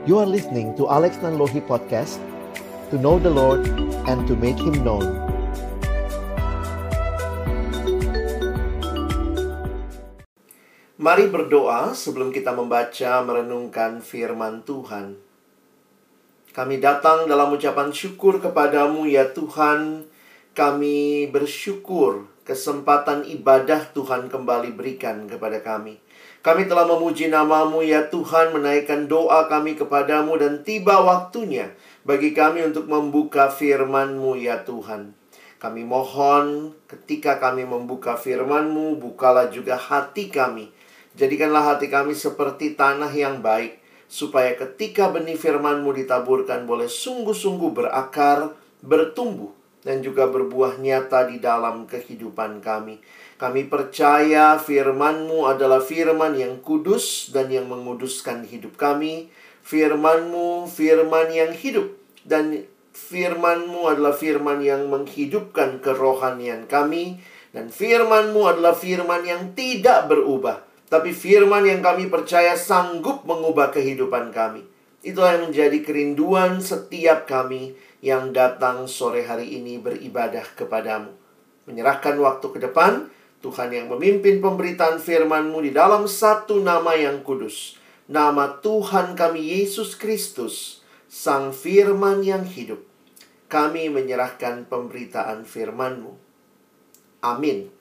You are listening to Alex Nanlohi Podcast, to know the Lord and to make Him known. Mari berdoa sebelum kita membaca merenungkan firman Tuhan. Kami datang dalam ucapan syukur kepadamu ya Tuhan. Kami bersyukur kesempatan ibadah Tuhan kembali berikan kepada kami. Kami telah memuji namamu ya Tuhan, menaikkan doa kami kepadamu, dan tiba waktunya bagi kami untuk membuka firman-Mu ya Tuhan. Kami mohon ketika kami membuka firman-Mu, bukalah juga hati kami. Jadikanlah hati kami seperti tanah yang baik, supaya ketika benih firman-Mu ditaburkan boleh sungguh-sungguh berakar, bertumbuh, dan juga berbuah nyata di dalam kehidupan kami. Kami percaya firman-Mu adalah firman yang kudus dan yang menguduskan hidup kami. Firman-Mu firman yang hidup, dan firman-Mu adalah firman yang menghidupkan kerohanian kami. Dan firman-Mu adalah firman yang tidak berubah, tapi firman yang kami percaya sanggup mengubah kehidupan kami. Itulah yang menjadi kerinduan setiap kami yang datang sore hari ini beribadah kepadamu. Menyerahkan waktu ke depan, Tuhan yang memimpin pemberitaan firman-Mu di dalam satu nama yang kudus, nama Tuhan kami Yesus Kristus, Sang Firman yang hidup. Kami menyerahkan pemberitaan firman-Mu. Amin.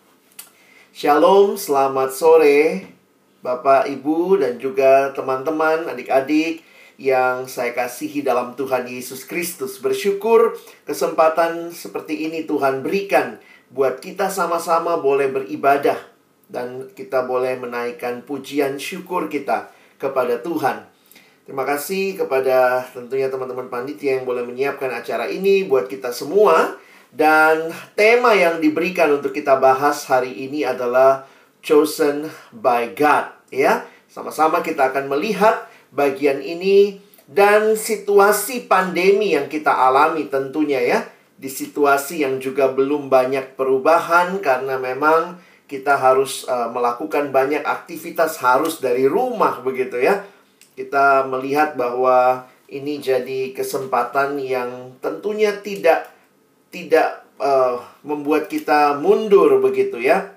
Shalom, selamat sore Bapak, Ibu, dan juga teman-teman, adik-adik yang saya kasihi dalam Tuhan Yesus Kristus. Bersyukur kesempatan seperti ini Tuhan berikan buat kita sama-sama boleh beribadah, dan kita boleh menaikkan pujian syukur kita kepada Tuhan. Terima kasih kepada tentunya teman-teman panitia yang boleh menyiapkan acara ini buat kita semua. Dan tema yang diberikan untuk kita bahas hari ini adalah Chosen by God, ya. Sama-sama kita akan melihat bagian ini dan situasi pandemi yang kita alami tentunya ya. Di situasi yang juga belum banyak perubahan, karena memang kita harus melakukan banyak aktivitas harus dari rumah begitu ya. Kita melihat bahwa ini jadi kesempatan yang tentunya tidak membuat kita mundur begitu ya.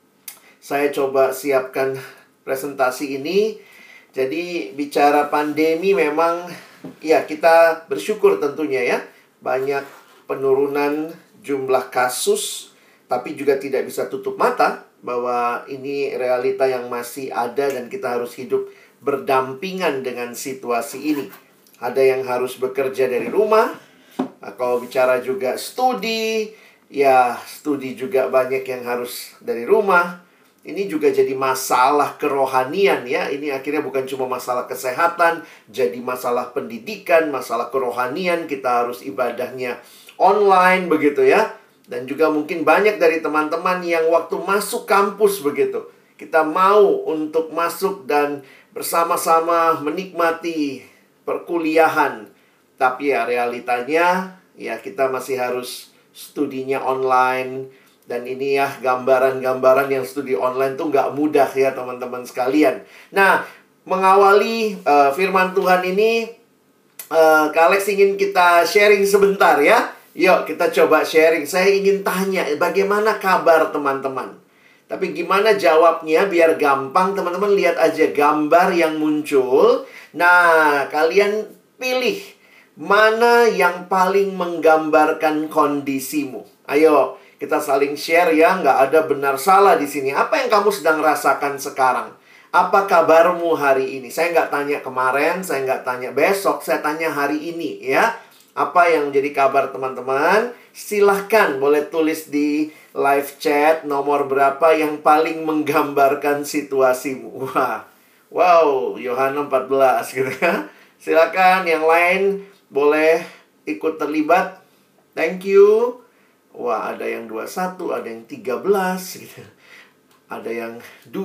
Saya coba siapkan presentasi ini. Jadi bicara pandemi memang ya kita bersyukur tentunya ya. Banyak penurunan jumlah kasus, tapi juga tidak bisa tutup mata bahwa ini realita yang masih ada dan kita harus hidup berdampingan dengan situasi ini. Ada yang harus bekerja dari rumah. Kalau bicara juga studi, ya studi juga banyak yang harus dari rumah. Ini juga jadi masalah kerohanian ya. Ini akhirnya bukan cuma masalah kesehatan, jadi masalah pendidikan, masalah kerohanian. Kita harus ibadahnya online begitu ya. Dan juga mungkin banyak dari teman-teman yang waktu masuk kampus begitu, kita mau untuk masuk dan bersama-sama menikmati perkuliahan. Tapi ya realitanya ya kita masih harus studinya online. Dan ini ya gambaran-gambaran yang studi online tuh nggak mudah ya teman-teman sekalian. Nah, mengawali firman Tuhan ini, Kak Alex ingin kita sharing sebentar ya. Yuk kita coba sharing. Saya ingin tanya, bagaimana kabar teman-teman? Tapi gimana jawabnya biar gampang, teman-teman lihat aja gambar yang muncul. Nah, kalian pilih mana yang paling menggambarkan kondisimu. Ayo, kita saling share ya, nggak ada benar salah di sini. Apa yang kamu sedang rasakan sekarang? Apa kabarmu hari ini? Saya nggak tanya kemarin, saya nggak tanya besok, saya tanya hari ini ya. Apa yang jadi kabar teman-teman? Silahkan boleh tulis di live chat nomor berapa yang paling menggambarkan situasimu. Wow, Yohanes 14 gitu ya. Silahkan yang lain boleh ikut terlibat. Thank you. Wah, ada yang 21, ada yang 13 gitu. Ada yang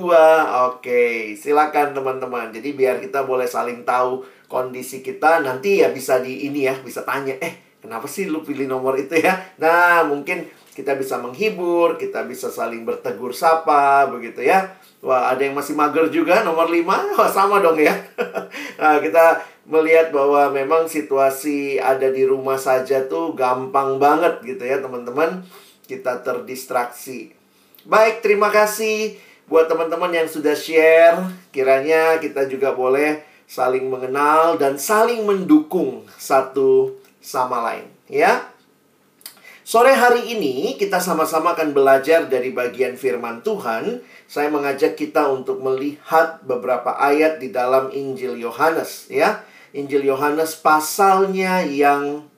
2. Oke, silakan teman-teman. Jadi biar kita boleh saling tahu kondisi kita. Nanti ya bisa di ini ya, bisa tanya, kenapa sih lu pilih nomor itu ya? Nah, mungkin Kita bisa menghibur, kita bisa saling bertegur sapa, begitu ya. Wah, ada yang masih mager juga, nomor 5. Wah, sama dong ya. Nah, kita melihat bahwa memang situasi ada di rumah saja tuh gampang banget gitu ya, teman-teman. Kita terdistraksi. Baik, terima kasih buat teman-teman yang sudah share. Kiranya kita juga boleh saling mengenal dan saling mendukung satu sama lain, ya. Sore hari ini kita sama-sama akan belajar dari bagian firman Tuhan. Saya mengajak kita untuk melihat beberapa ayat di dalam Injil Yohanes, ya. Injil Yohanes pasalnya yang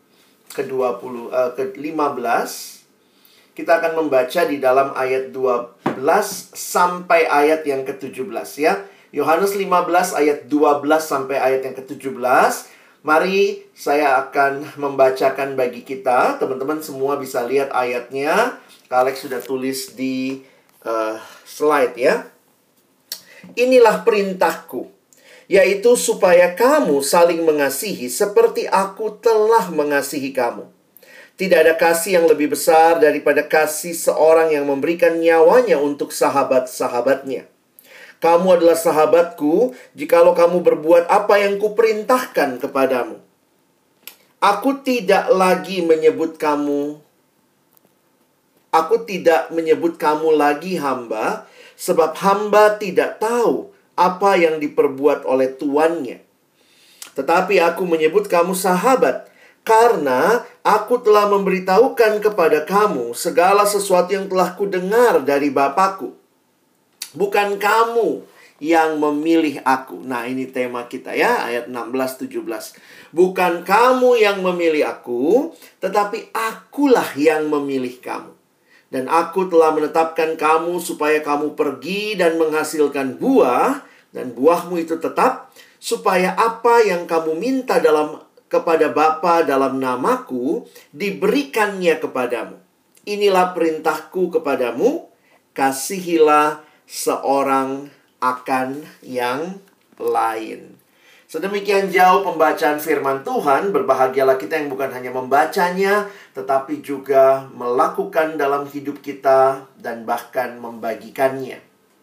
ke-15. Kita akan membaca di dalam ayat 12 sampai ayat yang ke-17, ya. Yohanes 15 ayat 12 sampai ayat yang ke-17. Mari saya akan membacakan bagi kita. Teman-teman semua bisa lihat ayatnya. Kak Alex sudah tulis di slide ya. Inilah perintahku, yaitu supaya kamu saling mengasihi seperti aku telah mengasihi kamu. Tidak ada kasih yang lebih besar daripada kasih seorang yang memberikan nyawanya untuk sahabat-sahabatnya. Kamu adalah sahabatku jikalau kamu berbuat apa yang kuperintahkan kepadamu. Aku tidak menyebut kamu lagi hamba, sebab hamba tidak tahu apa yang diperbuat oleh tuannya. Tetapi aku menyebut kamu sahabat, karena aku telah memberitahukan kepada kamu segala sesuatu yang telah kudengar dari Bapakku. Bukan kamu yang memilih aku. Nah, ini tema kita ya, ayat 16-17. Bukan kamu yang memilih aku, tetapi akulah yang memilih kamu. Dan aku telah menetapkan kamu supaya kamu pergi dan menghasilkan buah, dan buahmu itu tetap, supaya apa yang kamu minta kepada Bapa dalam namaku, diberikannya kepadamu. Inilah perintahku kepadamu, kasihilah seorang akan yang lain. Sedemikian jauh pembacaan firman Tuhan. Berbahagialah kita yang bukan hanya membacanya, tetapi juga melakukan dalam hidup kita dan bahkan membagikannya.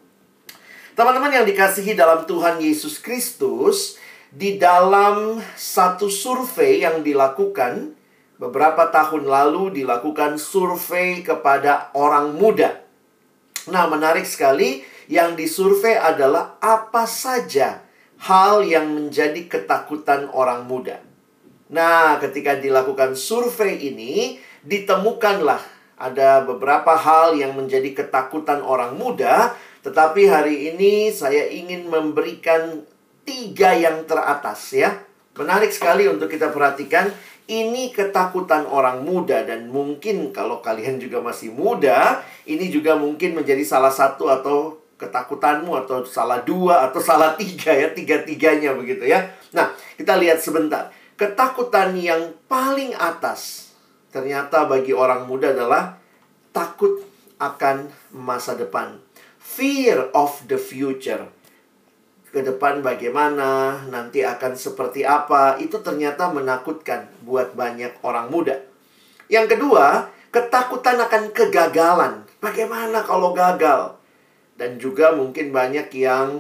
Teman-teman yang dikasihi dalam Tuhan Yesus Kristus, di dalam satu survei yang dilakukan beberapa tahun lalu, dilakukan survei kepada orang muda. Nah, menarik sekali, yang disurvei adalah apa saja hal yang menjadi ketakutan orang muda. Nah, ketika dilakukan survei ini, ditemukanlah ada beberapa hal yang menjadi ketakutan orang muda. Tetapi hari ini saya ingin memberikan 3 yang teratas ya. Menarik sekali untuk kita perhatikan. Ini ketakutan orang muda, dan mungkin kalau kalian juga masih muda, ini juga mungkin menjadi salah satu atau ketakutanmu, atau salah 2 atau salah 3 ya, 3-3-nya begitu ya. Nah, kita lihat sebentar. Ketakutan yang paling atas ternyata bagi orang muda adalah takut akan masa depan. Fear of the future. Ke depan bagaimana, nanti akan seperti apa, itu ternyata menakutkan buat banyak orang muda. Yang kedua, ketakutan akan kegagalan. Bagaimana kalau gagal? Dan juga mungkin banyak yang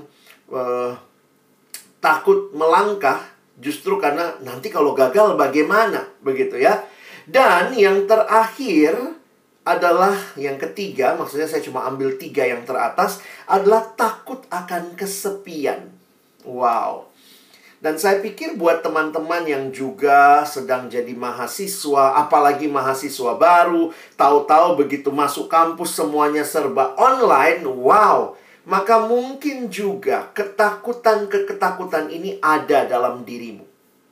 takut melangkah justru karena nanti kalau gagal bagaimana, begitu ya. Dan yang terakhir adalah yang ketiga, maksudnya saya cuma ambil 3 yang teratas, adalah takut akan kesepian. Wow. Dan saya pikir buat teman-teman yang juga sedang jadi mahasiswa, apalagi mahasiswa baru, tahu-tahu begitu masuk kampus semuanya serba online, wow. Maka mungkin juga ketakutan ini ada dalam dirimu.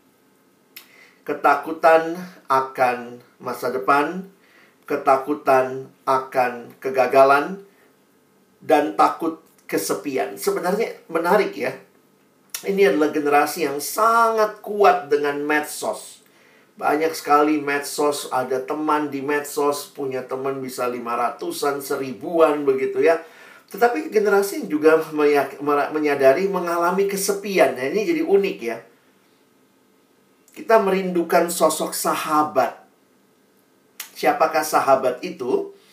Ketakutan akan masa depan, ketakutan akan kegagalan, dan takut kesepian. Sebenarnya menarik ya. Ini adalah generasi yang sangat kuat dengan medsos. Banyak sekali medsos, ada teman di medsos, punya teman bisa 500-an, 1000-an begitu ya. Tetapi generasi yang juga menyadari mengalami kesepian. Nah, ini jadi unik ya. Kita merindukan sosok sahabat. Siapakah sahabat itu?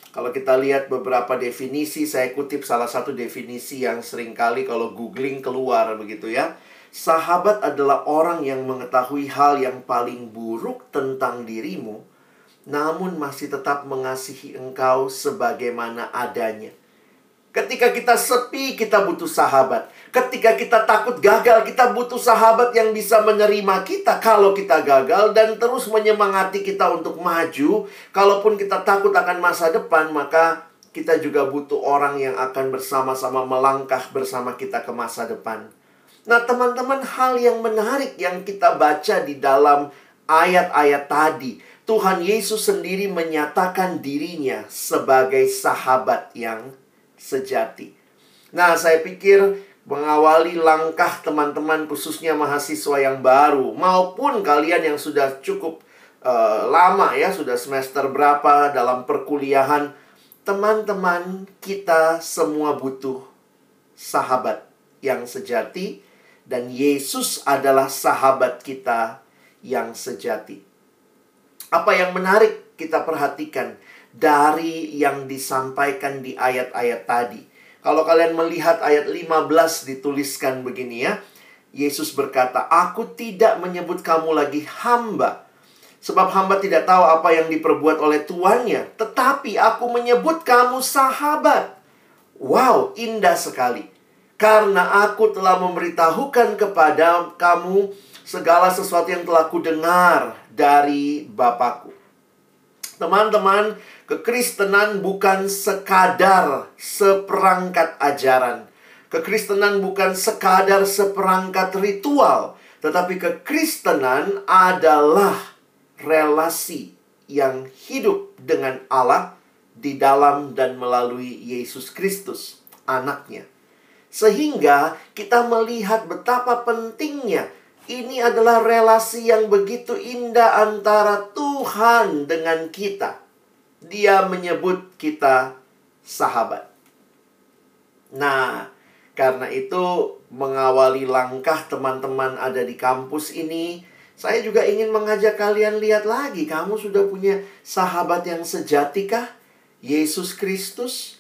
Kalau kita lihat beberapa definisi, saya kutip salah satu definisi yang seringkali kalau googling keluar begitu ya. Sahabat adalah orang yang mengetahui hal yang paling buruk tentang dirimu, namun masih tetap mengasihi engkau sebagaimana adanya. Ketika kita sepi, kita butuh sahabat. Ketika kita takut gagal, kita butuh sahabat yang bisa menerima kita kalau kita gagal dan terus menyemangati kita untuk maju. Kalaupun kita takut akan masa depan, maka kita juga butuh orang yang akan bersama-sama melangkah bersama kita ke masa depan. Nah, teman-teman, hal yang menarik yang kita baca di dalam ayat-ayat tadi, Tuhan Yesus sendiri menyatakan dirinya sebagai sahabat yang sejati. Nah, saya pikir mengawali langkah teman-teman, khususnya mahasiswa yang baru, maupun kalian yang sudah cukup lama ya, sudah semester berapa dalam perkuliahan, teman-teman, kita semua butuh sahabat yang sejati, dan Yesus adalah sahabat kita yang sejati. Apa yang menarik kita perhatikan dari yang disampaikan di ayat-ayat tadi? Kalau kalian melihat ayat 15 dituliskan begini ya. Yesus berkata, "Aku tidak menyebut kamu lagi hamba, sebab hamba tidak tahu apa yang diperbuat oleh tuannya. Tetapi aku menyebut kamu sahabat." Wow, indah sekali. Karena aku telah memberitahukan kepada kamu segala sesuatu yang telah kudengar dari Bapakku. Teman-teman, kekristenan bukan sekadar seperangkat ajaran. Kekristenan bukan sekadar seperangkat ritual. Tetapi kekristenan adalah relasi yang hidup dengan Allah di dalam dan melalui Yesus Kristus, anaknya. Sehingga kita melihat betapa pentingnya. Ini adalah relasi yang begitu indah antara Tuhan dengan kita. Dia menyebut kita sahabat. Nah, karena itu mengawali langkah teman-teman ada di kampus ini, saya juga ingin mengajak kalian lihat lagi. Kamu sudah punya sahabat yang sejati kah? Yesus Kristus.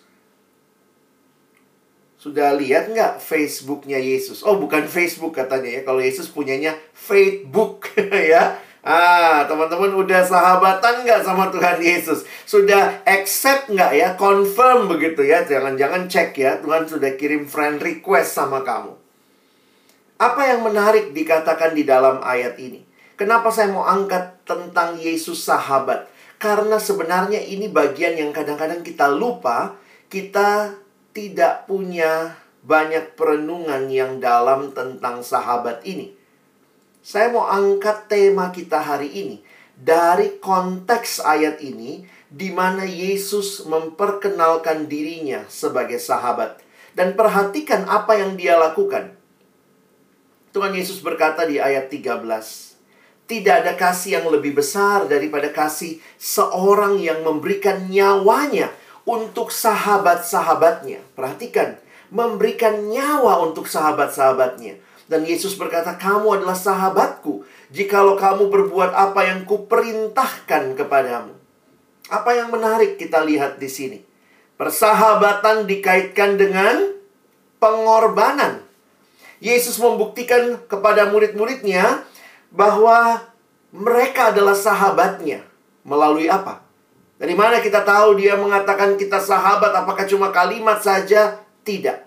Sudah lihat nggak Facebooknya Yesus? Oh, bukan Facebook katanya ya. Kalau Yesus punyanya Facebook ya. Teman-teman udah sahabatan nggak sama Tuhan Yesus? Sudah accept nggak ya? Confirm begitu ya. Jangan-jangan cek ya. Tuhan sudah kirim friend request sama kamu. Apa yang menarik dikatakan di dalam ayat ini? Kenapa saya mau angkat tentang Yesus sahabat? Karena sebenarnya ini bagian yang kadang-kadang kita lupa. Kita tidak punya banyak perenungan yang dalam tentang sahabat ini. Saya mau angkat tema kita hari ini dari konteks ayat ini, di mana Yesus memperkenalkan dirinya sebagai sahabat. Dan perhatikan apa yang dia lakukan. Tuhan Yesus berkata di ayat 13, "Tidak ada kasih yang lebih besar daripada kasih seorang yang memberikan nyawanya untuk sahabat-sahabatnya." Perhatikan, memberikan nyawa untuk sahabat-sahabatnya. Dan Yesus berkata, "Kamu adalah sahabatku jikalau kamu berbuat apa yang kuperintahkan kepadamu." Apa yang menarik kita lihat di sini? Persahabatan dikaitkan dengan pengorbanan. Yesus membuktikan kepada murid-muridnya bahwa mereka adalah sahabatnya. Melalui apa? Dari mana kita tahu dia mengatakan kita sahabat? Apakah cuma kalimat saja? Tidak.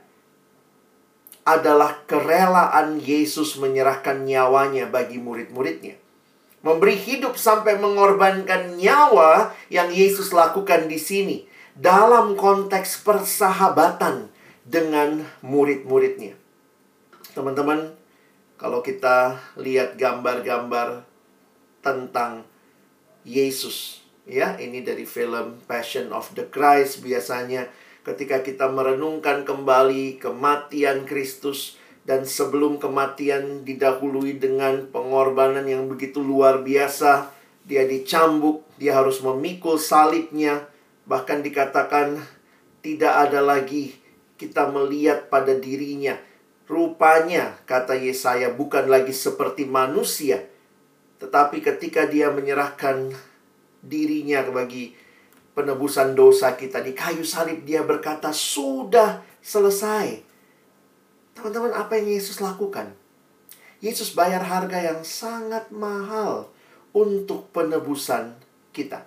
Adalah kerelaan Yesus menyerahkan nyawanya bagi murid-muridnya. Memberi hidup sampai mengorbankan nyawa yang Yesus lakukan di sini. Dalam konteks persahabatan dengan murid-muridnya. Teman-teman, kalau kita lihat gambar-gambar tentang Yesus, ya, ini dari film Passion of the Christ. Biasanya ketika kita merenungkan kembali kematian Kristus, dan sebelum kematian didahului dengan pengorbanan yang begitu luar biasa. Dia dicambuk, dia harus memikul salibnya. Bahkan dikatakan tidak ada lagi kita melihat pada dirinya. Rupanya, kata Yesaya, bukan lagi seperti manusia. Tetapi ketika dia menyerahkan dirinya bagi penebusan dosa kita. Di kayu salib dia berkata, sudah selesai. Teman-teman, apa yang Yesus lakukan? Yesus bayar harga yang sangat mahal untuk penebusan kita.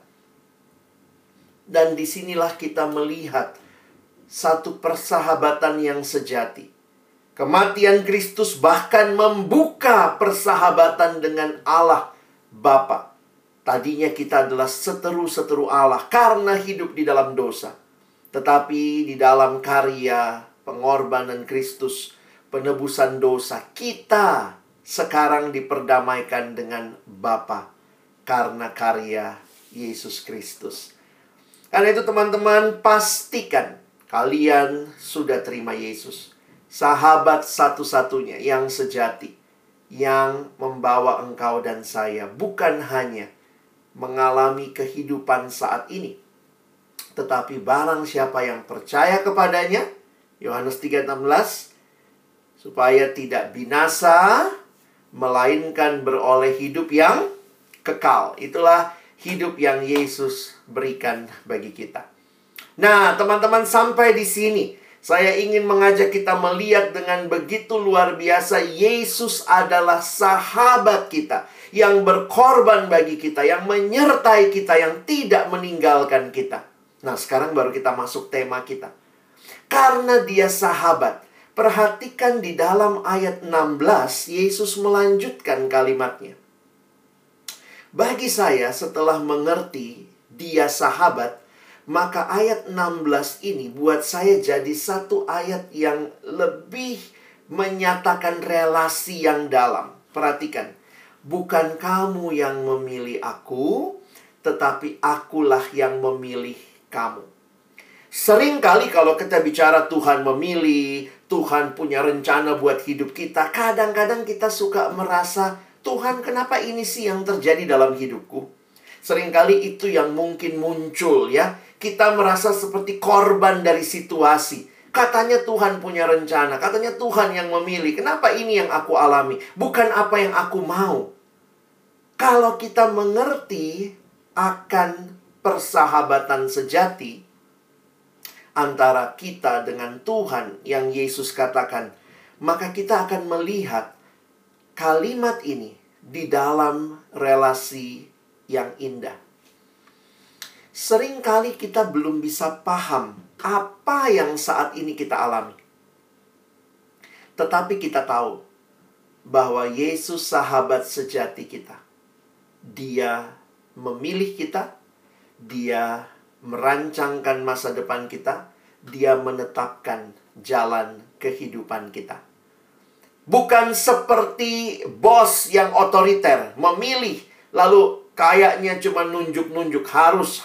Dan disinilah kita melihat satu persahabatan yang sejati. Kematian Kristus bahkan membuka persahabatan dengan Allah Bapa. Tadinya kita adalah seteru-seteru Allah karena hidup di dalam dosa. Tetapi di dalam karya pengorbanan Kristus, penebusan dosa, kita sekarang diperdamaikan dengan Bapa karena karya Yesus Kristus. Karena itu teman-teman, pastikan kalian sudah terima Yesus. Sahabat satu-satunya yang sejati, yang membawa engkau dan saya bukan hanya mengalami kehidupan saat ini, tetapi barang siapa yang percaya kepadanya, Yohanes 3:16, supaya tidak binasa, melainkan beroleh hidup yang kekal. Itulah hidup yang Yesus berikan bagi kita. Nah, teman-teman, sampai di sini saya ingin mengajak kita melihat dengan begitu luar biasa, Yesus adalah sahabat kita yang berkorban bagi kita, yang menyertai kita, yang tidak meninggalkan kita. Nah, sekarang baru kita masuk tema kita. Karena dia sahabat, perhatikan di dalam ayat 16, Yesus melanjutkan kalimatnya. Bagi saya, setelah mengerti dia sahabat, maka ayat 16 ini buat saya jadi satu ayat yang lebih menyatakan relasi yang dalam. Perhatikan, bukan kamu yang memilih aku, tetapi akulah yang memilih kamu. Seringkali kalau kita bicara Tuhan memilih, Tuhan punya rencana buat hidup kita, kadang-kadang kita suka merasa, Tuhan, kenapa ini sih yang terjadi dalam hidupku? Seringkali itu yang mungkin muncul ya. Kita merasa seperti korban dari situasi. Katanya Tuhan punya rencana, katanya Tuhan yang memilih. Kenapa ini yang aku alami? Bukan apa yang aku mau. Kalau kita mengerti akan persahabatan sejati antara kita dengan Tuhan yang Yesus katakan, maka kita akan melihat kalimat ini di dalam relasi yang indah. Seringkali kita belum bisa paham apa yang saat ini kita alami. Tetapi kita tahu bahwa Yesus sahabat sejati kita. Dia memilih kita, dia merancangkan masa depan kita, dia menetapkan jalan kehidupan kita. Bukan seperti bos yang otoriter, memilih, lalu kayaknya cuma nunjuk-nunjuk, harus.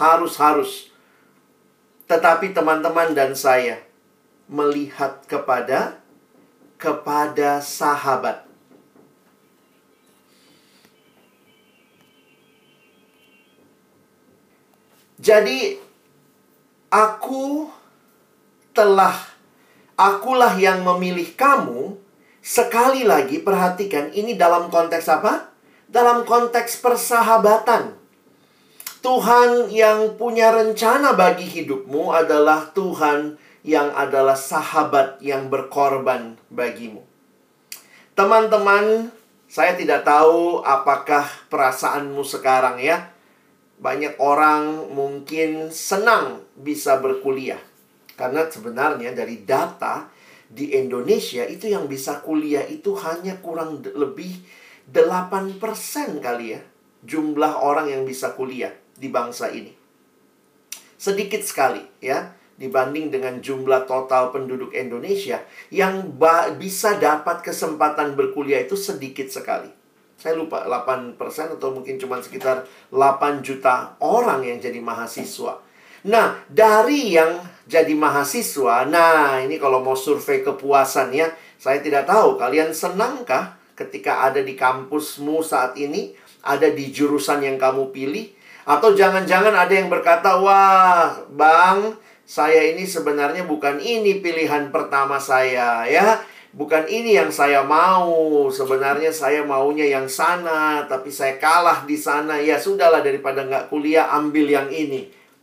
Tetapi teman-teman dan saya melihat kepada sahabat. Jadi, akulah yang memilih kamu. Sekali lagi perhatikan, ini dalam konteks apa? Dalam konteks persahabatan. Tuhan yang punya rencana bagi hidupmu adalah Tuhan yang adalah sahabat yang berkorban bagimu. Teman-teman, saya tidak tahu apakah perasaanmu sekarang ya. Banyak orang mungkin senang bisa berkuliah. Karena sebenarnya dari data di Indonesia itu yang bisa kuliah itu hanya kurang lebih 8% kali ya, jumlah orang yang bisa kuliah di bangsa ini. Sedikit sekali ya, dibanding dengan jumlah total penduduk Indonesia yang bisa dapat kesempatan berkuliah itu sedikit sekali. Saya lupa 8% atau mungkin cuma sekitar 8 juta orang yang jadi mahasiswa. Nah, dari yang jadi mahasiswa, nah ini kalau mau survei kepuasan ya, saya tidak tahu kalian senangkah ketika ada di kampusmu saat ini, ada di jurusan yang kamu pilih, atau jangan-jangan ada yang berkata, wah, Bang, saya ini sebenarnya bukan ini pilihan pertama saya, ya. Bukan ini yang saya mau. Sebenarnya saya maunya yang sana, tapi saya kalah di sana. Ya, sudahlah, daripada nggak kuliah, ambil yang ini.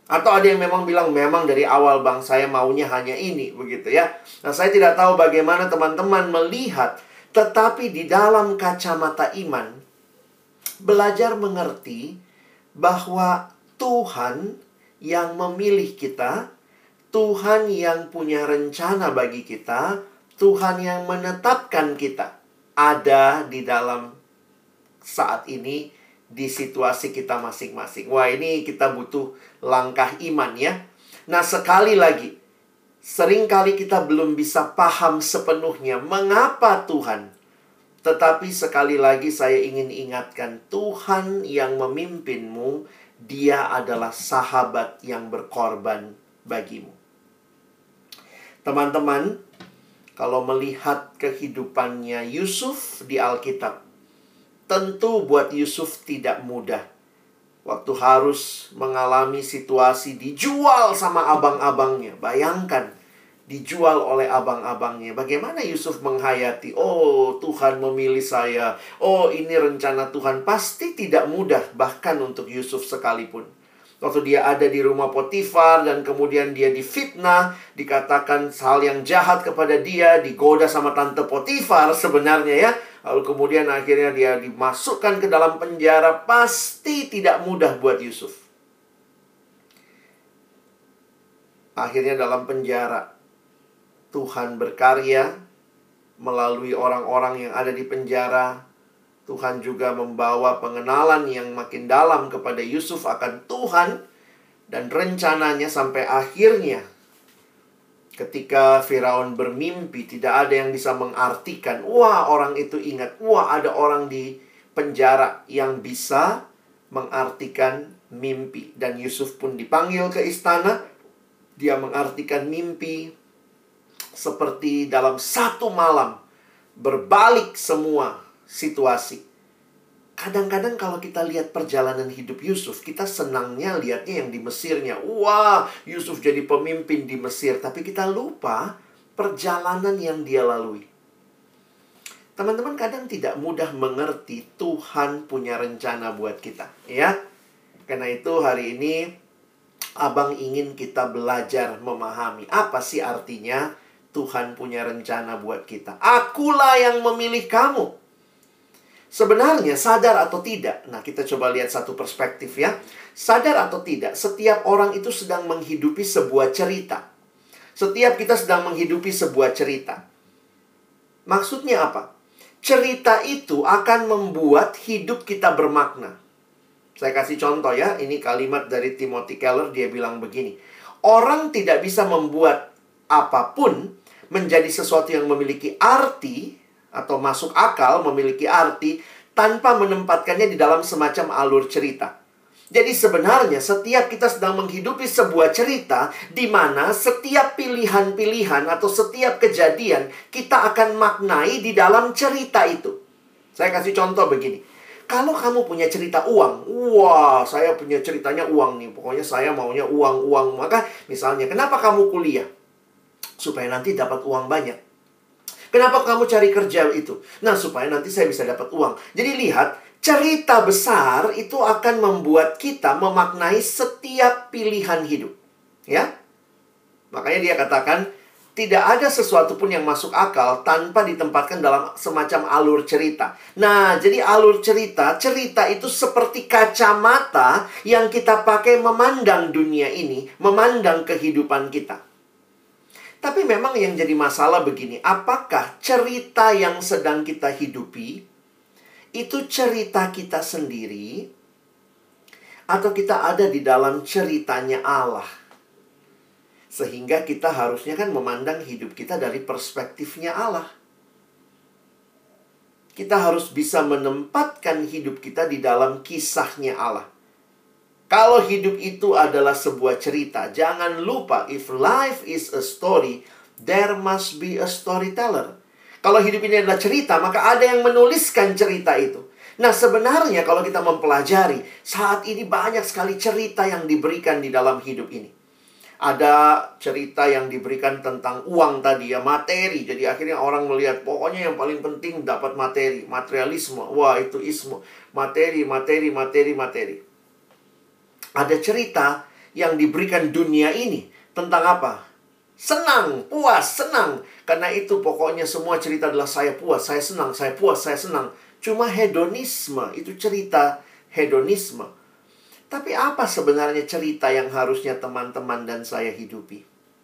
Atau ada yang memang bilang, memang dari awal bang, saya maunya hanya ini, begitu ya. Nah, saya tidak tahu bagaimana teman-teman melihat, tetapi di dalam kacamata iman, belajar mengerti bahwa Tuhan yang memilih kita, Tuhan yang punya rencana bagi kita, Tuhan yang menetapkan kita ada di dalam saat ini, di situasi kita masing-masing. Wah, ini kita butuh langkah iman ya. Nah, sekali lagi, seringkali kita belum bisa paham sepenuhnya mengapa Tuhan. Tetapi sekali lagi saya ingin ingatkan, Tuhan yang memimpinmu, Dia adalah sahabat yang berkorban bagimu. Teman-teman, kalau melihat kehidupannya Yusuf di Alkitab, tentu buat Yusuf tidak mudah. Waktu harus mengalami situasi dijual sama abang-abangnya. Bayangkan, dijual oleh abang-abangnya. Bagaimana Yusuf menghayati, oh Tuhan memilih saya, oh ini rencana Tuhan. Pasti tidak mudah, bahkan untuk Yusuf sekalipun. Waktu dia ada di rumah Potifar dan kemudian dia difitnah, dikatakan hal yang jahat kepada dia, digoda sama tante Potifar sebenarnya ya. Lalu kemudian akhirnya dia dimasukkan ke dalam penjara. Pasti tidak mudah buat Yusuf. Akhirnya dalam penjara, Tuhan berkarya melalui orang-orang yang ada di penjara. Tuhan juga membawa pengenalan yang makin dalam kepada Yusuf akan Tuhan. Dan rencananya sampai akhirnya, ketika Firaun bermimpi, tidak ada yang bisa mengartikan. Wah, orang itu ingat. Wah, ada orang di penjara yang bisa mengartikan mimpi. Dan Yusuf pun dipanggil ke istana. Dia mengartikan mimpi. Seperti dalam satu malam, berbalik semua situasi. Kadang-kadang kalau kita lihat perjalanan hidup Yusuf, kita senangnya lihatnya yang di Mesirnya. Wah, Yusuf jadi pemimpin di Mesir. Tapi kita lupa perjalanan yang dia lalui. Teman-teman kadang tidak mudah mengerti Tuhan punya rencana buat kita, ya. Karena itu hari ini Abang ingin kita belajar memahami apa sih artinya Tuhan punya rencana buat kita. Akulah yang memilih kamu. Sebenarnya sadar atau tidak, nah kita coba lihat satu perspektif ya. Sadar atau tidak, setiap orang itu sedang menghidupi sebuah cerita. Setiap kita sedang menghidupi sebuah cerita. Maksudnya apa? Cerita itu akan membuat hidup kita bermakna. Saya kasih contoh ya, ini kalimat dari Timothy Keller, dia bilang begini. Orang tidak bisa membuat apapun menjadi sesuatu yang memiliki arti atau masuk akal, memiliki arti tanpa menempatkannya di dalam semacam alur cerita. Jadi sebenarnya setiap kita sedang menghidupi sebuah cerita di mana setiap pilihan-pilihan atau setiap kejadian kita akan maknai di dalam cerita itu. Saya kasih contoh begini. Kalau kamu punya cerita uang, wah saya punya ceritanya uang nih, pokoknya saya maunya uang. Maka misalnya, kenapa kamu kuliah? Supaya nanti dapat uang banyak. Kenapa kamu cari kerja itu? Nah, supaya nanti saya bisa dapat uang. Jadi lihat, cerita besar itu akan membuat kita memaknai setiap pilihan hidup. Ya? Makanya dia katakan, tidak ada sesuatu pun yang masuk akal tanpa ditempatkan dalam semacam alur cerita. Nah, jadi alur cerita itu seperti kacamata yang kita pakai memandang dunia ini, memandang kehidupan kita. Tapi memang yang jadi masalah begini, apakah cerita yang sedang kita hidupi itu cerita kita sendiri atau kita ada di dalam ceritanya Allah? Sehingga kita harusnya kan memandang hidup kita dari perspektifnya Allah. Kita harus bisa menempatkan hidup kita di dalam kisahnya Allah. Kalau hidup itu adalah sebuah cerita, jangan lupa, if life is a story, there must be a storyteller. Kalau hidup ini adalah cerita, maka ada yang menuliskan cerita itu. Nah, sebenarnya kalau kita mempelajari, saat ini banyak sekali cerita yang diberikan di dalam hidup ini. Ada cerita yang diberikan tentang uang tadi ya, materi. Jadi akhirnya orang melihat, pokoknya yang paling penting dapat materi, materialisme. Wah, itu isme. Materi. Ada cerita yang diberikan dunia ini. Tentang apa? Senang, puas, senang. Karena itu pokoknya semua cerita adalah saya puas, saya senang, saya puas, saya senang. Cuma hedonisme, itu cerita hedonisme. Tapi apa sebenarnya cerita yang harusnya teman-teman dan saya hidupi?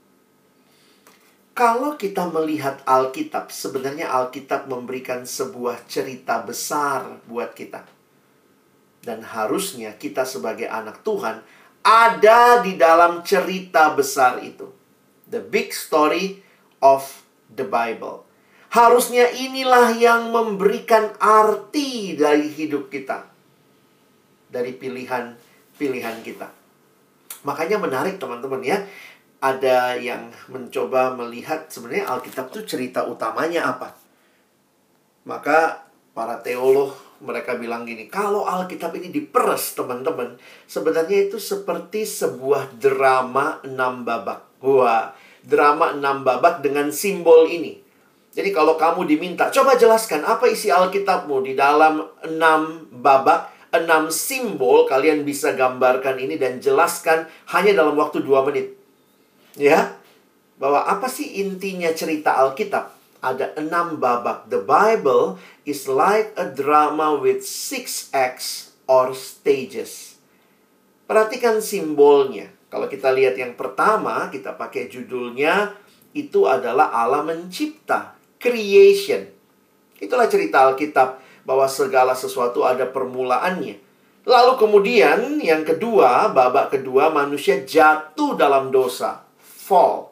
Kalau kita melihat Alkitab, sebenarnya Alkitab memberikan sebuah cerita besar buat kita. Dan harusnya kita sebagai anak Tuhan ada di dalam cerita besar itu. The big story of the Bible. Harusnya inilah yang memberikan arti dari hidup kita. Dari pilihan-pilihan kita. Makanya menarik teman-teman ya. Ada yang mencoba melihat sebenarnya Alkitab itu cerita utamanya apa. Maka para teolog mereka bilang gini, kalau Alkitab ini diperes teman-teman, sebenarnya itu seperti sebuah drama 6 babak. Wah, drama 6 babak dengan simbol ini. Jadi kalau kamu diminta, coba jelaskan apa isi Alkitabmu di dalam 6 babak, 6 simbol, kalian bisa gambarkan ini dan jelaskan hanya dalam waktu 2 menit. Ya, bahwa apa sih intinya cerita Alkitab? Ada 6 babak. The Bible is like a drama with 6 acts or stages. Perhatikan simbolnya. Kalau kita lihat yang pertama, kita pakai judulnya, itu adalah Allah mencipta. Creation. Itulah cerita Alkitab, bahwa segala sesuatu ada permulaannya. Lalu kemudian, yang kedua, babak kedua, manusia jatuh dalam dosa. Fall.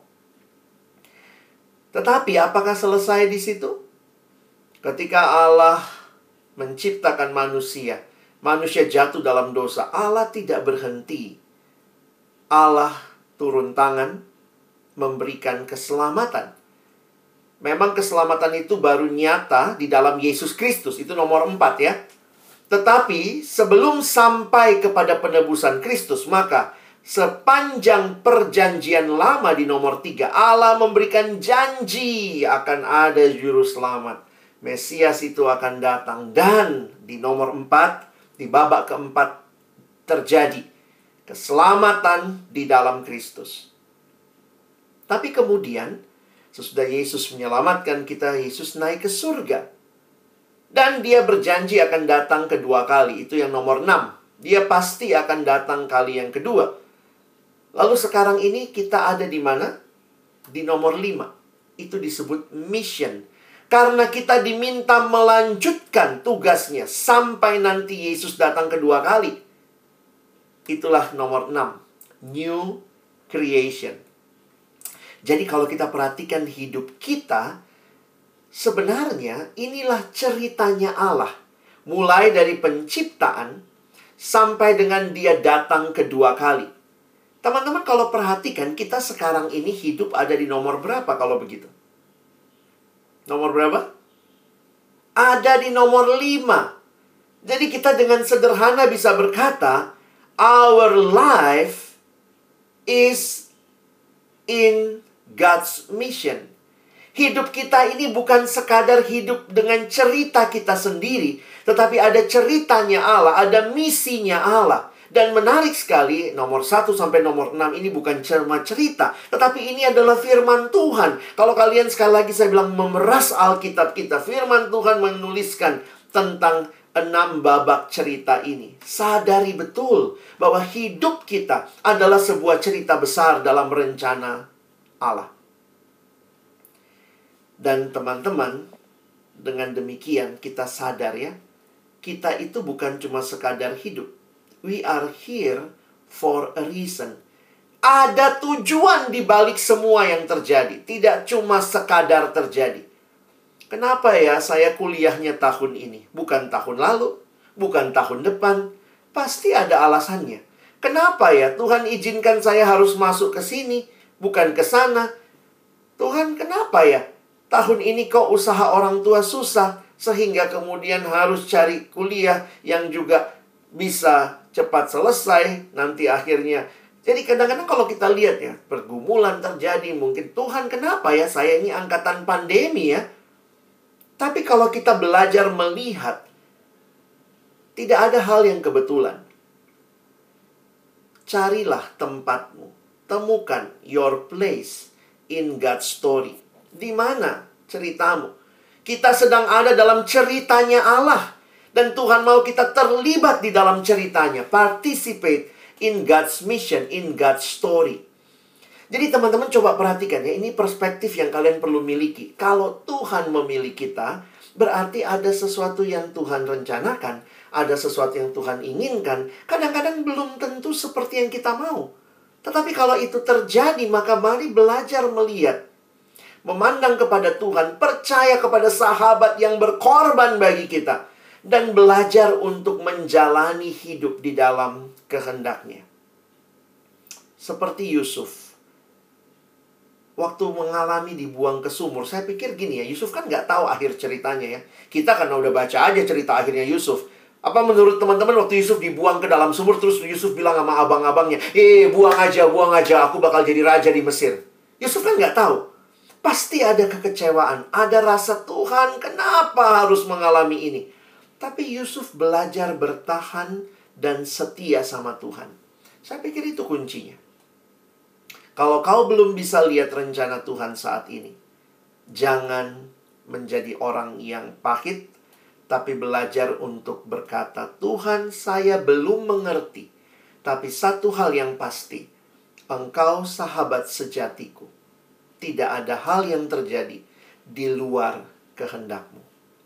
Tetapi apakah selesai di situ? Ketika Allah menciptakan manusia, manusia jatuh dalam dosa, Allah tidak berhenti. Allah turun tangan memberikan keselamatan. Memang keselamatan itu baru nyata di dalam Yesus Kristus, itu nomor 4 ya. Tetapi sebelum sampai kepada penebusan Kristus, maka sepanjang perjanjian lama di nomor 3, Allah memberikan janji akan ada juru selamat. Mesias itu akan datang. Dan di nomor 4, di babak keempat, terjadi keselamatan di dalam Kristus. Tapi kemudian, sesudah Yesus menyelamatkan kita, Yesus naik ke surga. Dan dia berjanji akan datang kedua kali. Itu yang nomor 6. Dia pasti akan datang kali yang kedua. Lalu sekarang ini kita ada di mana? Di nomor 5. Itu disebut mission. Karena kita diminta melanjutkan tugasnya sampai nanti Yesus datang kedua kali. Itulah nomor 6. New creation. Jadi kalau kita perhatikan hidup kita, sebenarnya inilah ceritanya Allah. Mulai dari penciptaan sampai dengan dia datang kedua kali. Teman-teman kalau perhatikan, kita sekarang ini hidup ada di nomor berapa kalau begitu? Nomor berapa? Ada di nomor 5. Jadi kita dengan sederhana bisa berkata, our life is in God's mission. Hidup kita ini bukan sekadar hidup dengan cerita kita sendiri, tetapi ada ceritanya Allah, ada misinya Allah. Dan menarik sekali, nomor 1 sampai nomor 6 ini bukan cuma cerita, tetapi ini adalah firman Tuhan. Kalau kalian sekali lagi saya bilang memeras Alkitab kita, firman Tuhan menuliskan tentang 6 babak cerita ini. Sadari betul bahwa hidup kita adalah sebuah cerita besar dalam rencana Allah. Dan teman-teman, dengan demikian kita sadar ya, kita itu bukan cuma sekadar hidup. We are here for a reason. Ada tujuan di balik semua yang terjadi. Tidak cuma sekadar terjadi. Kenapa ya saya kuliahnya tahun ini? Bukan tahun lalu, bukan tahun depan. Pasti ada alasannya. Kenapa ya Tuhan izinkan saya harus masuk ke sini, bukan ke sana? Tuhan kenapa ya tahun ini kok usaha orang tua susah, sehingga kemudian harus cari kuliah yang juga bisa cepat selesai nanti akhirnya. Jadi kadang-kadang kalau kita lihat ya, pergumulan terjadi, mungkin Tuhan kenapa ya saya ini angkatan pandemi ya. Tapi kalau kita belajar melihat, tidak ada hal yang kebetulan. carilah tempatmu. Temukan your place in God's story. Di mana ceritamu? Kita sedang ada dalam ceritanya Allah. Dan Tuhan mau kita terlibat di dalam ceritanya. Participate in God's mission, in God's story. Jadi teman-teman coba perhatikan ya. Ini perspektif yang kalian perlu miliki. Kalau Tuhan memilih kita, berarti ada sesuatu yang Tuhan rencanakan. Ada sesuatu yang Tuhan inginkan. Kadang-kadang belum tentu seperti yang kita mau. Tetapi kalau itu terjadi, maka mari belajar melihat. Memandang kepada Tuhan, percaya kepada sahabat yang berkorban bagi kita. Dan belajar untuk menjalani hidup di dalam kehendak-Nya. Seperti Yusuf. Waktu mengalami dibuang ke sumur, saya pikir gini ya, Yusuf kan nggak tahu akhir ceritanya ya. Kita karena udah baca aja cerita akhirnya Yusuf. Apa menurut teman-teman waktu Yusuf dibuang ke dalam sumur, terus Yusuf bilang sama abang-abangnya, buang aja, aku bakal jadi raja di Mesir. Yusuf kan nggak tahu. Pasti ada kekecewaan, ada rasa Tuhan, kenapa harus mengalami ini? Tapi Yusuf belajar bertahan dan setia sama Tuhan. Saya pikir itu kuncinya. Kalau kau belum bisa lihat rencana Tuhan saat ini, jangan menjadi orang yang pahit, tapi belajar untuk berkata, Tuhan, saya belum mengerti. Tapi satu hal yang pasti, Engkau sahabat sejatiku. Tidak ada hal yang terjadi di luar kehendak-Mu.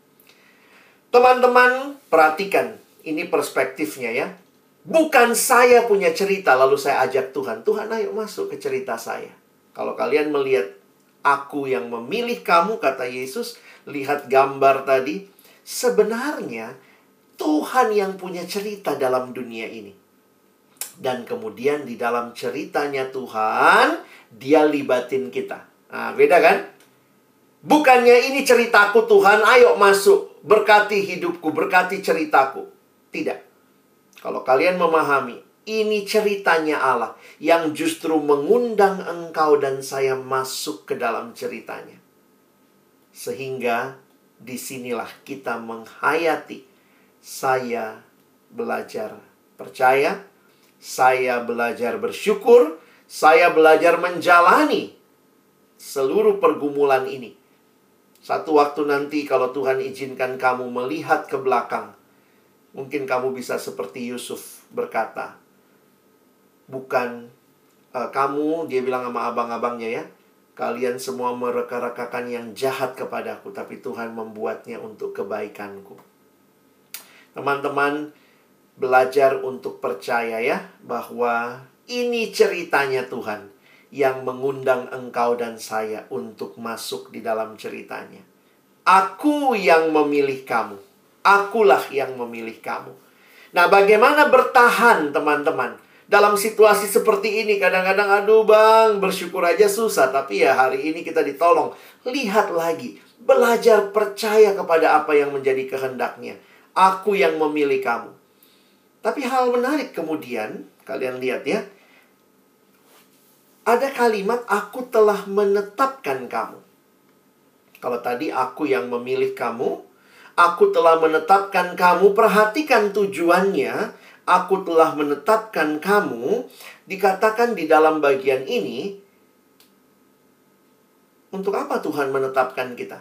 Teman-teman, perhatikan. Ini perspektifnya ya. Bukan saya punya cerita, lalu saya ajak Tuhan. Tuhan, ayo masuk ke cerita saya. Kalau kalian melihat aku yang memilih kamu, kata Yesus, lihat gambar tadi. Sebenarnya, Tuhan yang punya cerita dalam dunia ini. Dan kemudian di dalam ceritanya Tuhan, Dia libatin kita. Nah, beda kan? Bukannya ini ceritaku Tuhan, ayo masuk. Berkati hidupku, berkati ceritaku. Tidak. Kalau kalian memahami, ini ceritanya Allah yang justru mengundang engkau dan saya masuk ke dalam ceritanya. Sehingga disinilah kita menghayati. Saya belajar percaya, saya belajar bersyukur, saya belajar menjalani seluruh pergumulan ini. Satu waktu nanti kalau Tuhan izinkan kamu melihat ke belakang, mungkin kamu bisa seperti Yusuf berkata, bukan kamu, dia bilang sama abang-abangnya ya, kalian semua mereka-rekakan yang jahat kepadaku, tapi Tuhan membuatnya untuk kebaikanku. Teman-teman, belajar untuk percaya ya, bahwa ini ceritanya Tuhan yang mengundang engkau dan saya untuk masuk di dalam ceritanya. Aku yang memilih kamu. Akulah yang memilih kamu. Nah, bagaimana bertahan, teman-teman? Dalam situasi seperti ini, kadang-kadang, aduh bang, bersyukur aja susah. Tapi ya hari ini kita ditolong. Lihat lagi. Belajar percaya kepada apa yang menjadi kehendak-Nya. Aku yang memilih kamu. Tapi hal menarik kemudian, kalian lihat ya. Ada kalimat, aku telah menetapkan kamu. Kalau tadi aku yang memilih kamu, aku telah menetapkan kamu. Perhatikan tujuannya. Aku telah menetapkan kamu. Dikatakan di dalam bagian ini, untuk apa Tuhan menetapkan kita?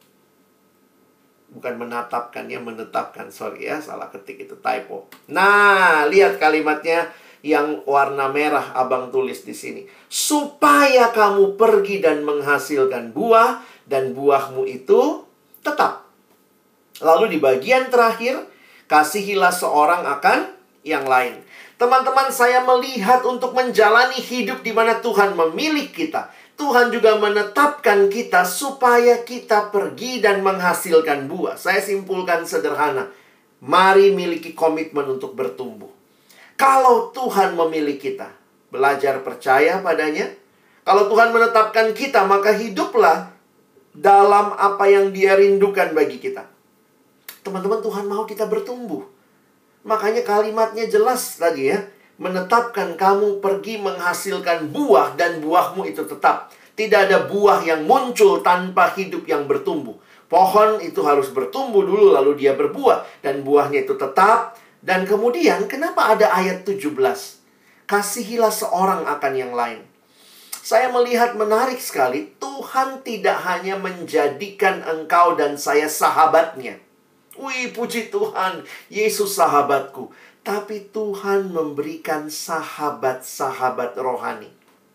Bukan menetapkan ya, menetapkan. Sorry ya, salah ketik itu typo. Nah, lihat kalimatnya yang warna merah abang tulis di sini. Supaya kamu pergi dan menghasilkan buah, dan buahmu itu tetap. Lalu di bagian terakhir, kasihilah seorang akan yang lain. Teman-teman, saya melihat untuk menjalani hidup di mana Tuhan memilih kita. Tuhan juga menetapkan kita supaya kita pergi dan menghasilkan buah. Saya simpulkan sederhana. Mari miliki komitmen untuk bertumbuh. Kalau Tuhan memilih kita, belajar percaya padanya. Kalau Tuhan menetapkan kita, maka hiduplah dalam apa yang Dia rindukan bagi kita. Teman-teman, Tuhan mau kita bertumbuh. Makanya kalimatnya jelas tadi ya. Menetapkan kamu pergi menghasilkan buah dan buahmu itu tetap. Tidak ada buah yang muncul tanpa hidup yang bertumbuh. Pohon itu harus bertumbuh dulu lalu dia berbuah. Dan buahnya itu tetap. Dan kemudian kenapa ada ayat 17? Kasihilah seorang akan yang lain. Saya melihat menarik sekali, Tuhan tidak hanya menjadikan engkau dan saya sahabatnya. Wih, puji Tuhan, Yesus sahabatku. Tapi Tuhan memberikan sahabat-sahabat rohani.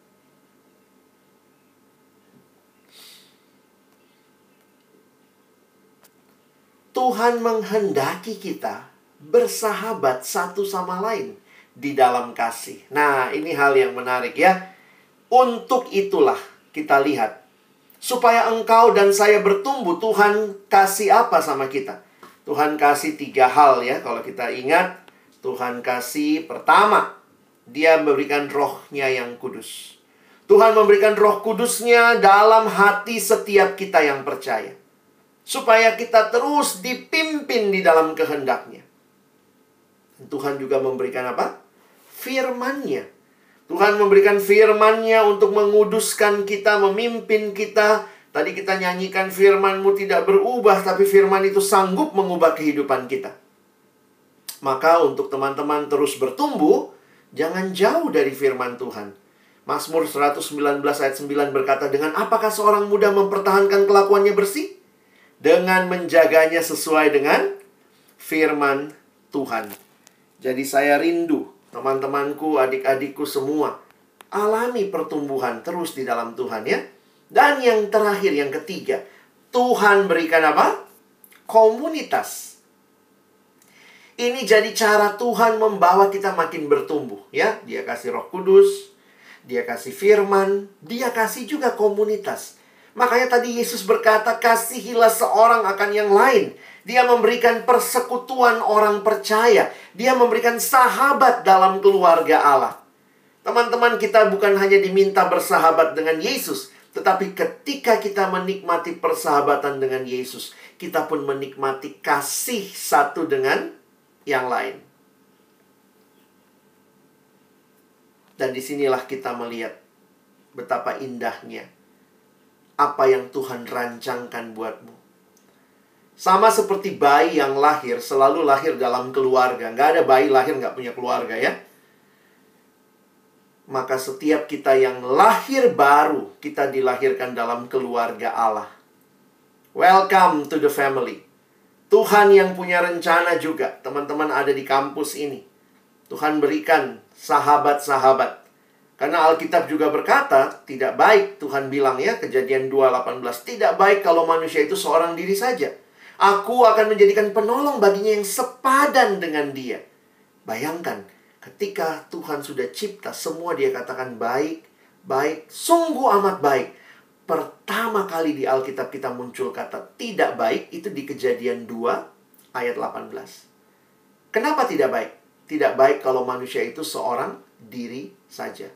Tuhan menghendaki kita bersahabat satu sama lain di dalam kasih. Nah, ini hal yang menarik ya. Untuk itulah kita lihat, supaya engkau dan saya bertumbuh, Tuhan kasih apa sama kita? Tuhan kasih 3 hal ya. Kalau kita ingat, Tuhan kasih pertama, Dia memberikan rohnya yang kudus. Tuhan memberikan roh kudusnya dalam hati setiap kita yang percaya, supaya kita terus dipimpin di dalam kehendak-Nya. Tuhan juga memberikan apa? Firman-Nya. Tuhan memberikan firman-Nya untuk menguduskan kita, memimpin kita. Tadi kita nyanyikan firman-Mu tidak berubah, tapi firman itu sanggup mengubah kehidupan kita. Maka untuk teman-teman terus bertumbuh, jangan jauh dari firman Tuhan. Mazmur 119 ayat 9 berkata, dengan apakah seorang muda mempertahankan kelakuannya bersih? Dengan menjaganya sesuai dengan firman Tuhan. Jadi saya rindu teman-temanku, adik-adikku semua alami pertumbuhan terus di dalam Tuhan ya. Dan yang terakhir, yang ketiga, Tuhan berikan apa? Komunitas. Ini jadi cara Tuhan membawa kita makin bertumbuh ya. Dia kasih Roh Kudus, Dia kasih firman, Dia kasih juga komunitas. Makanya tadi Yesus berkata, kasihilah seorang akan yang lain. Dia memberikan persekutuan orang percaya. Dia memberikan sahabat dalam keluarga Allah. Teman-teman, kita bukan hanya diminta bersahabat dengan Yesus, tetapi ketika kita menikmati persahabatan dengan Yesus, kita pun menikmati kasih satu dengan yang lain. Dan disinilah kita melihat betapa indahnya apa yang Tuhan rancangkan buatmu. Sama seperti bayi yang lahir, selalu lahir dalam keluarga. Nggak ada bayi lahir nggak punya keluarga ya. Maka setiap kita yang lahir baru, kita dilahirkan dalam keluarga Allah. Welcome to the family. Tuhan yang punya rencana juga. Teman-teman ada di kampus ini. Tuhan berikan sahabat-sahabat. Karena Alkitab juga berkata, tidak baik, Tuhan bilang ya, Kejadian 2:18, tidak baik kalau manusia itu seorang diri saja. Aku akan menjadikan penolong baginya yang sepadan dengan dia. Bayangkan, ketika Tuhan sudah cipta, semua Dia katakan baik, baik, sungguh amat baik. Pertama kali di Alkitab kita muncul kata tidak baik, itu di Kejadian 2 ayat 18. Kenapa tidak baik? Tidak baik kalau manusia itu seorang diri saja.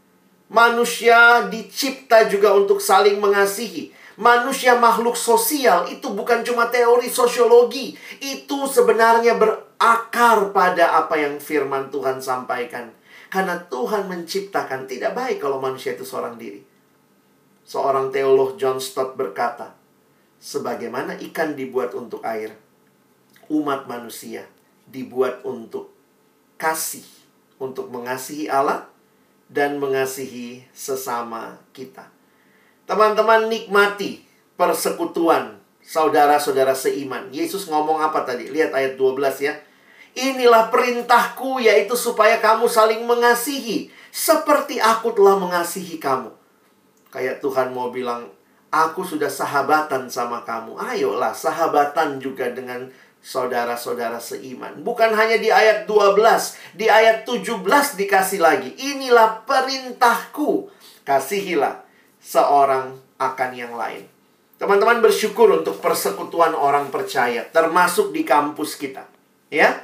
Manusia dicipta juga untuk saling mengasihi. Manusia makhluk sosial, itu bukan cuma teori sosiologi. Itu sebenarnya berakar pada apa yang firman Tuhan sampaikan. Karena Tuhan menciptakan tidak baik kalau manusia itu seorang diri. Seorang teolog John Stott berkata, sebagaimana ikan dibuat untuk air, umat manusia dibuat untuk kasih, untuk mengasihi Allah dan mengasihi sesama kita. Teman-teman, nikmati persekutuan saudara-saudara seiman. Yesus ngomong apa tadi? Lihat ayat 12 ya. Inilah perintahku, yaitu supaya kamu saling mengasihi, seperti aku telah mengasihi kamu. Kayak Tuhan mau bilang, aku sudah sahabatan sama kamu. Ayolah, sahabatan juga dengan saudara-saudara seiman. Bukan hanya di ayat 12, di ayat 17 dikasih lagi. Inilah perintahku, kasihilah seorang akan yang lain. Teman-teman bersyukur untuk persekutuan orang percaya, termasuk di kampus kita. Ya?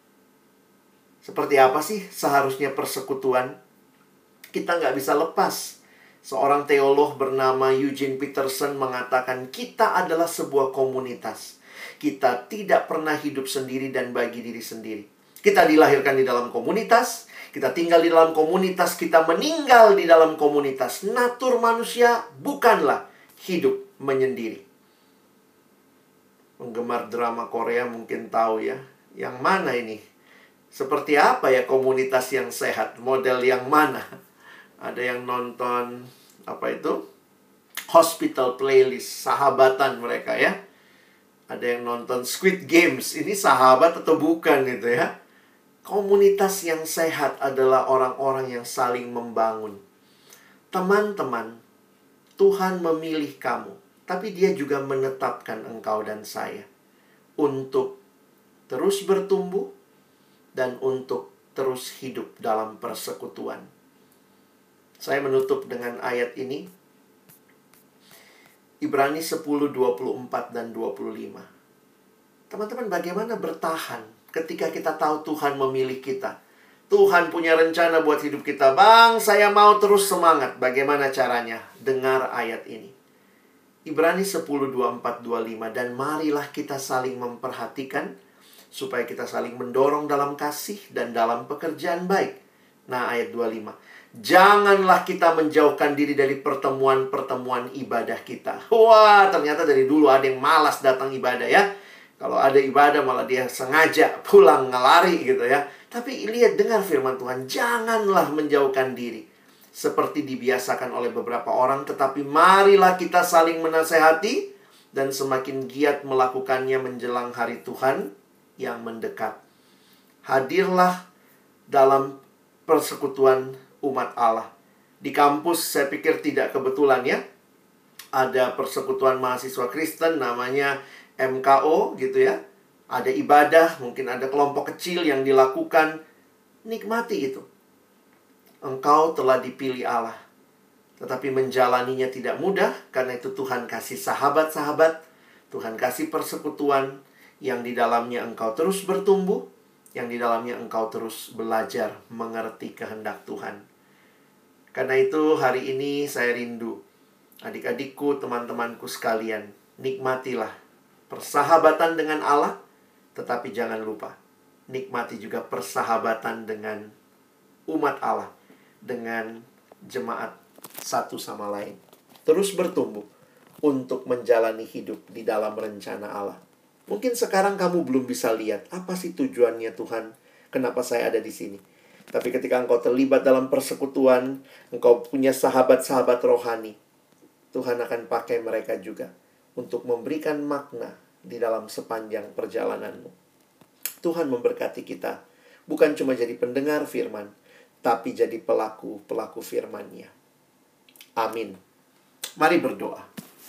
Seperti apa sih seharusnya persekutuan? Kita nggak bisa lepas. Seorang teolog bernama Eugene Peterson mengatakan, kita adalah sebuah komunitas. Kita tidak pernah hidup sendiri dan bagi diri sendiri. Kita dilahirkan di dalam komunitas, kita tinggal di dalam komunitas, kita meninggal di dalam komunitas. Natur manusia bukanlah hidup menyendiri. Penggemar drama Korea mungkin tahu ya. Yang mana ini? Seperti apa ya komunitas yang sehat? Model yang mana? Ada yang nonton, apa itu? Hospital Playlist, sahabatan mereka ya. Ada yang nonton Squid Games, ini sahabat atau bukan gitu ya. Komunitas yang sehat adalah orang-orang yang saling membangun. Teman-teman, Tuhan memilih kamu, tapi Dia juga menetapkan engkau dan saya untuk terus bertumbuh dan untuk terus hidup dalam persekutuan. Saya menutup dengan ayat ini. Ibrani 10, 24 dan 25. Teman-teman, bagaimana bertahan ketika kita tahu Tuhan memilih kita? Tuhan punya rencana buat hidup kita. Bang, saya mau terus semangat. Bagaimana caranya? Dengar ayat ini. Ibrani 10, 24, 25. Dan marilah kita saling memperhatikan, supaya kita saling mendorong dalam kasih dan dalam pekerjaan baik. Nah, ayat 25. Janganlah kita menjauhkan diri dari pertemuan-pertemuan ibadah kita. Wah, ternyata dari dulu ada yang malas datang ibadah ya. Kalau ada ibadah malah dia sengaja pulang ngelari gitu ya. Tapi lihat, dengar firman Tuhan. Janganlah menjauhkan diri seperti dibiasakan oleh beberapa orang. Tetapi marilah kita saling menasehati dan semakin giat melakukannya menjelang hari Tuhan yang mendekat. Hadirlah dalam persekutuan umat Allah. Di kampus saya pikir tidak kebetulan ya. Ada persekutuan mahasiswa Kristen namanya MKO gitu ya. Ada ibadah, mungkin ada kelompok kecil yang dilakukan. Nikmati itu. Engkau telah dipilih Allah. Tetapi menjalaninya tidak mudah. Karena itu Tuhan kasih sahabat-sahabat. Tuhan kasih persekutuan yang di dalamnya engkau terus bertumbuh. Yang di dalamnya engkau terus belajar mengerti kehendak Tuhan. Karena itu hari ini saya rindu adik-adikku, teman-temanku sekalian, nikmatilah persahabatan dengan Allah, tetapi jangan lupa nikmati juga persahabatan dengan umat Allah, dengan jemaat satu sama lain. Terus bertumbuh untuk menjalani hidup di dalam rencana Allah. Mungkin sekarang kamu belum bisa lihat apa sih tujuannya Tuhan, kenapa saya ada di sini. Tapi ketika engkau terlibat dalam persekutuan, engkau punya sahabat-sahabat rohani, Tuhan akan pakai mereka juga untuk memberikan makna di dalam sepanjang perjalananmu. Tuhan memberkati kita, bukan cuma jadi pendengar firman, tapi jadi pelaku-pelaku firman-Nya. Amin. Mari berdoa.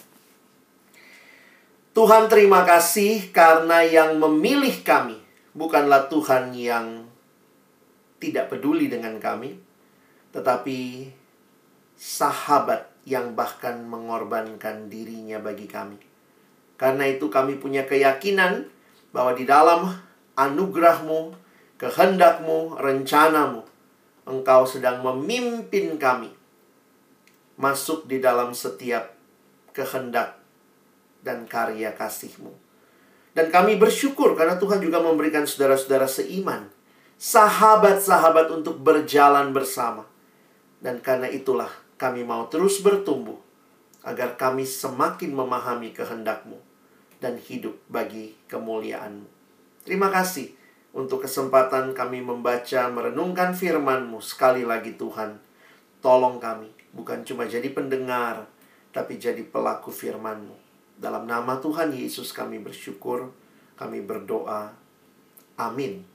Tuhan, terima kasih karena yang memilih kami bukanlah Tuhan yang tidak peduli dengan kami, tetapi sahabat yang bahkan mengorbankan dirinya bagi kami. Karena itu kami punya keyakinan bahwa di dalam anugerah-Mu, kehendak-Mu, rencana-Mu, Engkau sedang memimpin kami masuk di dalam setiap kehendak dan karya kasih-Mu. Dan kami bersyukur karena Tuhan juga memberikan saudara-saudara seiman, sahabat-sahabat untuk berjalan bersama. Dan karena itulah kami mau terus bertumbuh, agar kami semakin memahami kehendak-Mu dan hidup bagi kemuliaan-Mu. Terima kasih untuk kesempatan kami membaca, merenungkan firman-Mu. Sekali lagi Tuhan, tolong kami, bukan cuma jadi pendengar, tapi jadi pelaku firman-Mu. Dalam nama Tuhan Yesus kami bersyukur, kami berdoa. Amin.